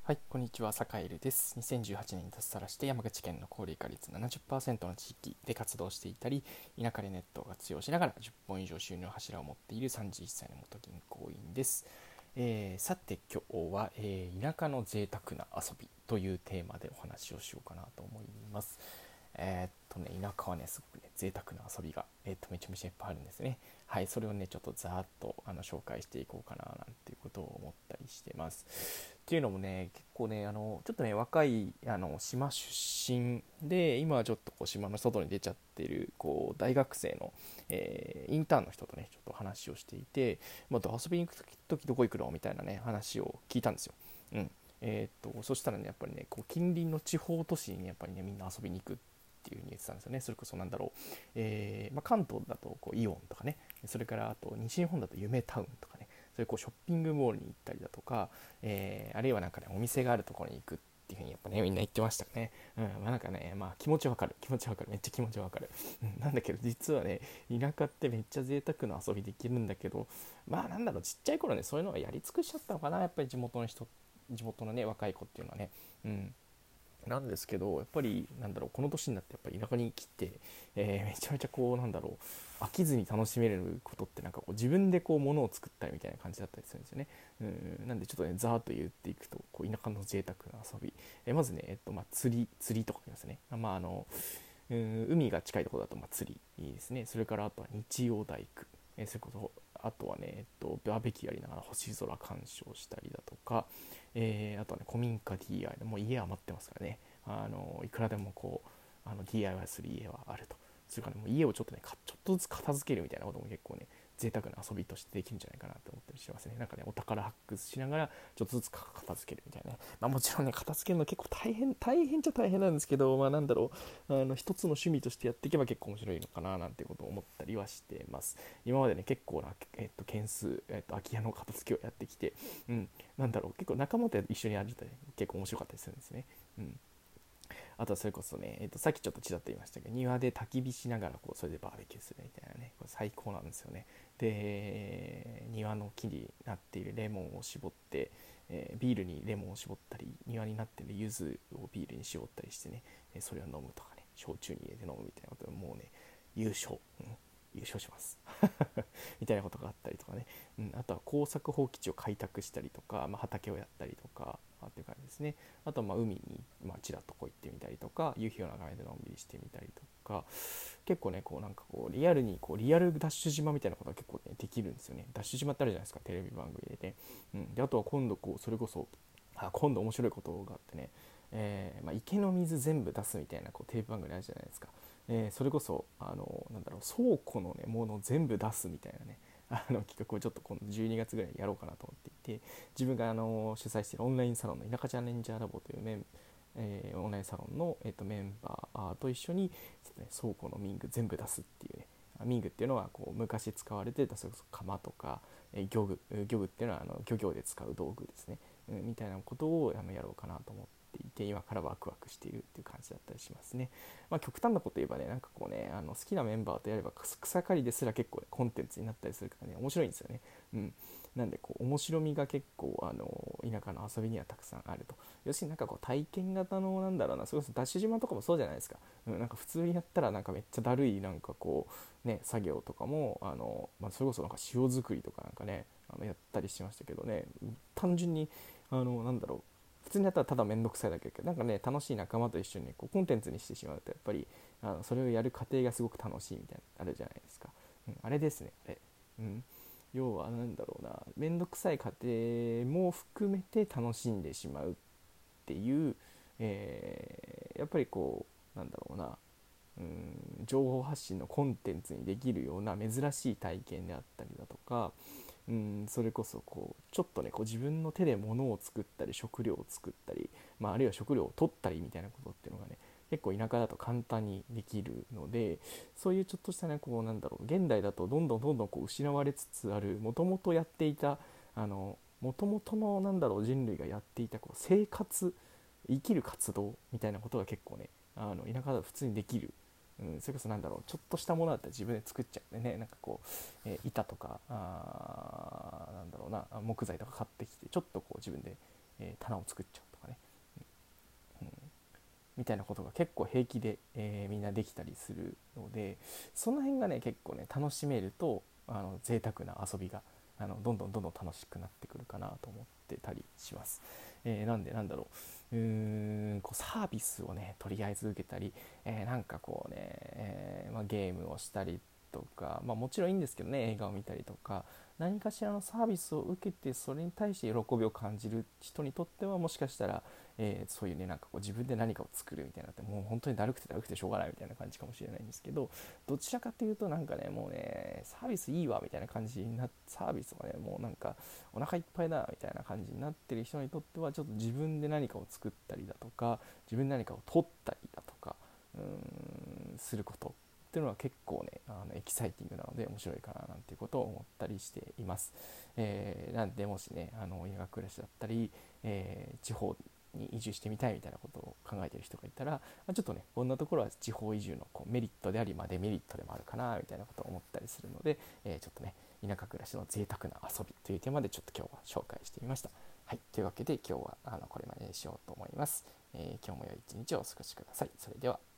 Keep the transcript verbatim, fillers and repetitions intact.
はい、こんにちは、坂井です。にせんじゅうはちねんに脱サラして山口県の高齢化率ななじゅっパーセントの地域で活動していたり、田舎でネットを活用しながらじゅっぽん以上収入の柱を持っているさんじゅういっさいの元銀行員です。えーさて今日は、えー田舎の贅沢な遊びというテーマでお話をしようかなと思います。えーっとね、田舎はね、すごくね、贅沢な遊びが、えーっとめちゃめちゃいっぱいあるんですね。はい、それをね、ちょっとざーっとあの紹介していこうかななんていうことを思ったりしてます。っていうのもね、結構ね、あのちょっとね、若いあの島出身で、今はちょっとこう島の外に出ちゃってるこう大学生の、えーインターンの人とね、ちょっと話をしていて、まあ、遊びに行くときどこ行くのみたいなね、話を聞いたんですよ。うん。えーっと、そしたらね、やっぱりね、こう近隣の地方都市にやっぱりね、みんな遊びに行くっていう風に言ってたんですよね。それこそなんだろう、えーまあ、関東だとこうイオンとかね、それからあと西日本だと夢タウンとかね、そういうこうショッピングモールに行ったりだとか、えーあるいはなんかね、お店があるところに行くっていう風にやっぱね、みんな言ってましたね。うん、まあ、なんかね、まあ気持ちわかる、気持ちわかる、めっちゃ気持ちわかる。うん、なんだけど実はね、田舎ってめっちゃ贅沢な遊びできるんだけど、まあなんだろう、ちっちゃい頃ね、そういうのがやり尽くしちゃったのかな、やっぱり地元の人、地元のね、若い子っていうのはね。うん。なんですけど、やっぱりなんだろう、この年になってやっぱり田舎に来て、えーめちゃめちゃこうなんだろう、飽きずに楽しめることってなんかこう自分でこう物を作ったりみたいな感じだったりするんですよね。うん、なんでちょっとねざーっと言っていくと、こう田舎の贅沢な遊び、えーまずね、えっとまあ、釣り釣りとかありますね。まああのうん海が近いところだとまあ釣りいいですね。それからあとは日曜大工、えー、それこそあとはね、えっと、バーベキューやりながら星空鑑賞したりだとか、えーあとはね、古民家 ディーアイワイ でもう家余ってますからね、あのいくらでもこうあの ディーアイワイ する家はあると。それから、ね、もう家をちょっとねちょっとずつ片付けるみたいなことも結構ね贅沢な遊びとしてできるんじゃないかなと思ったりしてますね。なんかね、お宝発掘しながらちょっとずつ片付けるみたいなね。まあもちろんね、片付けるの結構大変大変っちゃ大変なんですけど、まあなんだろう、あの一つの趣味としてやっていけば結構面白いのかななんてことを思ったりはしてます。今までね、結構な、えっと、件数、えっと、空き家の片付けをやってきて、うん、なんだろう、結構仲間と一緒にやると、ね、結構面白かったりするんですね。うん。あとはそれこそね、えっと、さっきちょっとちらっと言いましたけど、庭で焚き火しながらこうそれでバーベキューするみたいなね、これ最高なんですよね。で、庭の木になっているレモンを絞って、えービールにレモンを絞ったり、庭になっている柚子をビールに絞ったりしてね、それを飲むとかね、焼酎に入れて飲むみたいなことでもうね、優勝、うん、優勝しますみたいなことがあったりとかね、うん、あとは耕作放棄地を開拓したりとか、まあ、畑をやったりとかっていう感じですね。あとはまあ海に、まあ、ちらっとこう行ってみたりとか、夕日を眺めてのんびりしてみたりとか、結構ね、こうなんかこうリアルにこうリアルダッシュ島みたいなことが結構ねできるんですよね。ダッシュ島ってあるじゃないですか、テレビ番組でね。うん、であとは今度こうそれこそあ今度面白いことがあってね、えーまあ、池の水全部出すみたいなこうテレビ番組あるじゃないですか。えーそれこそあのなんだろう、倉庫の、ね、ものを全部出すみたいなね、あの企画をちょっと今度じゅうにがつぐらいにやろうかなと思っていて、自分があの主催しているオンラインサロンの田舎チャレンジャーラボというメン、えーオンラインサロンの、えー、とメンバーと一緒に、ね、倉庫の民具全部出すっていうね。民具っていうのはこう昔使われてたそれこそ釜とか、えー漁具漁具っていうのはあの漁業で使う道具ですね、うん、みたいなことをあのやろうかなと思っていて、今からワクワクしているっていう感じだったりしますね。まあ、極端なこと言えばね、なんかこうね、あの好きなメンバーとやれば草刈りですら結構、ね、コンテンツになったりするからね、面白いんですよね。うん。なんでこう面白みが結構あの田舎の遊びにはたくさんあると。要するになんかこう体験型のなんだろうな、それこそダッシュ島とかもそうじゃないですか。うん、なんか普通にやったらなんかめっちゃだるいなんかこうね作業とかもあの、まあ、それこそなんか塩作りとかなんかねあのやったりしましたけどね、単純にあのなんだろう、普通にやったらただ面倒くさいだけだけど、なんかね楽しい仲間と一緒に、ね、こうコンテンツにしてしまうとやっぱりあのそれをやる過程がすごく楽しいみたいなのあるじゃないですか。うん、あれですね、あれ。うん、要はなんだろうな、面倒くさい過程も含めて楽しんでしまうっていう、えーやっぱりこうなんだろうな、うん、情報発信のコンテンツにできるような珍しい体験であったりだとか、うん、それこそこうちょっとねこう自分の手で物を作ったり食料を作ったり、まあ、あるいは食料を取ったりみたいなことっていうのがね結構田舎だと簡単にできるので、そういうちょっとしたねこうなんだろう、現代だとどんどんどんどんこう失われつつあるもともとやっていたあのもともとのなんだろう人類がやっていたこう生活生きる活動みたいなことが結構ねあの田舎だと普通にできる。うん、それこそなんだろう、ちょっとしたものだったら自分で作っちゃうんでね、なんかこう、えー板とかあなんだろうな木材とか買ってきてちょっとこう自分で、えー棚を作っちゃうとかね、うん、みたいなことが結構平気で、えー、みんなできたりするので、その辺がね結構ね楽しめると、あの贅沢な遊びがあのどんどんどんどん楽しくなってくるかなと思ってたりします。えー、なんでなんだろう、うーんこうサービスをねとりあえず受けたり、えー、なんかこうね、えーまあ、ゲームをしたりとか、まあ、もちろんいいんですけどね、映画を見たりとか何かしらのサービスを受けてそれに対して喜びを感じる人にとってはもしかしたら、えー、そういうねなんかこう自分で何かを作るみたいなってもう本当にだるくてだるくてしょうがないみたいな感じかもしれないんですけど、どちらかというとなんかねもうねサービスいいわみたいな感じになって、サービスがねもうなんかお腹いっぱいだみたいな感じになってる人にとってはちょっと自分で何かを作ったりだとか自分で何かを取ったりだとかうーんすることっていうのは結構ねあのエキサイティングなので面白いかななんていうことを思ったりしています。えー、なんでもしねあの田舎暮らしだったり、えー、地方に移住してみたいみたいなことを考えている人がいたら、まあ、ちょっとねこんなところは地方移住のこうメリットであり、まあ、デメリットでもあるかなみたいなことを思ったりするので、えー、ちょっとね田舎暮らしの贅沢な遊びというテーマでちょっと今日は紹介してみました。はい、というわけで今日はあのこれまでにしようと思います。えー、今日も良い一日をお過ごしください。それでは。